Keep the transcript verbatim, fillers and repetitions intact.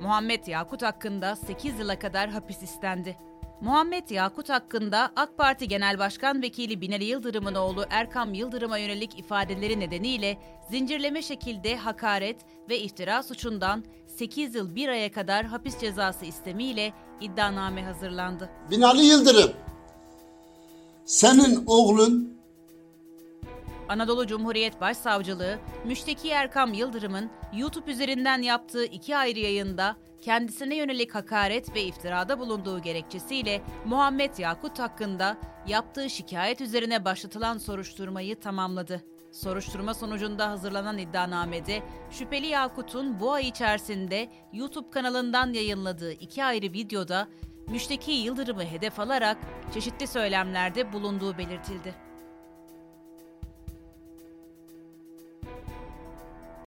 Muhammed Yakut hakkında sekiz yıla kadar hapis istendi. Muhammed Yakut hakkında AK Parti Genel Başkan Vekili Binali Yıldırım'ın oğlu Erkam Yıldırım'a yönelik ifadeleri nedeniyle zincirleme şekilde hakaret ve iftira suçundan sekiz yıl bir aya kadar hapis cezası istemiyle iddianame hazırlandı. Binali Yıldırım, senin oğlun Anadolu Cumhuriyet Başsavcılığı, müşteki Erkam Yıldırım'ın YouTube üzerinden yaptığı iki ayrı yayında kendisine yönelik hakaret ve iftirada bulunduğu gerekçesiyle Muhammed Yakut hakkında yaptığı şikayet üzerine başlatılan soruşturmayı tamamladı. Soruşturma sonucunda hazırlanan iddianamede şüpheli Yakut'un bu ay içerisinde YouTube kanalından yayınladığı iki ayrı videoda müşteki Yıldırım'ı hedef alarak çeşitli söylemlerde bulunduğu belirtildi.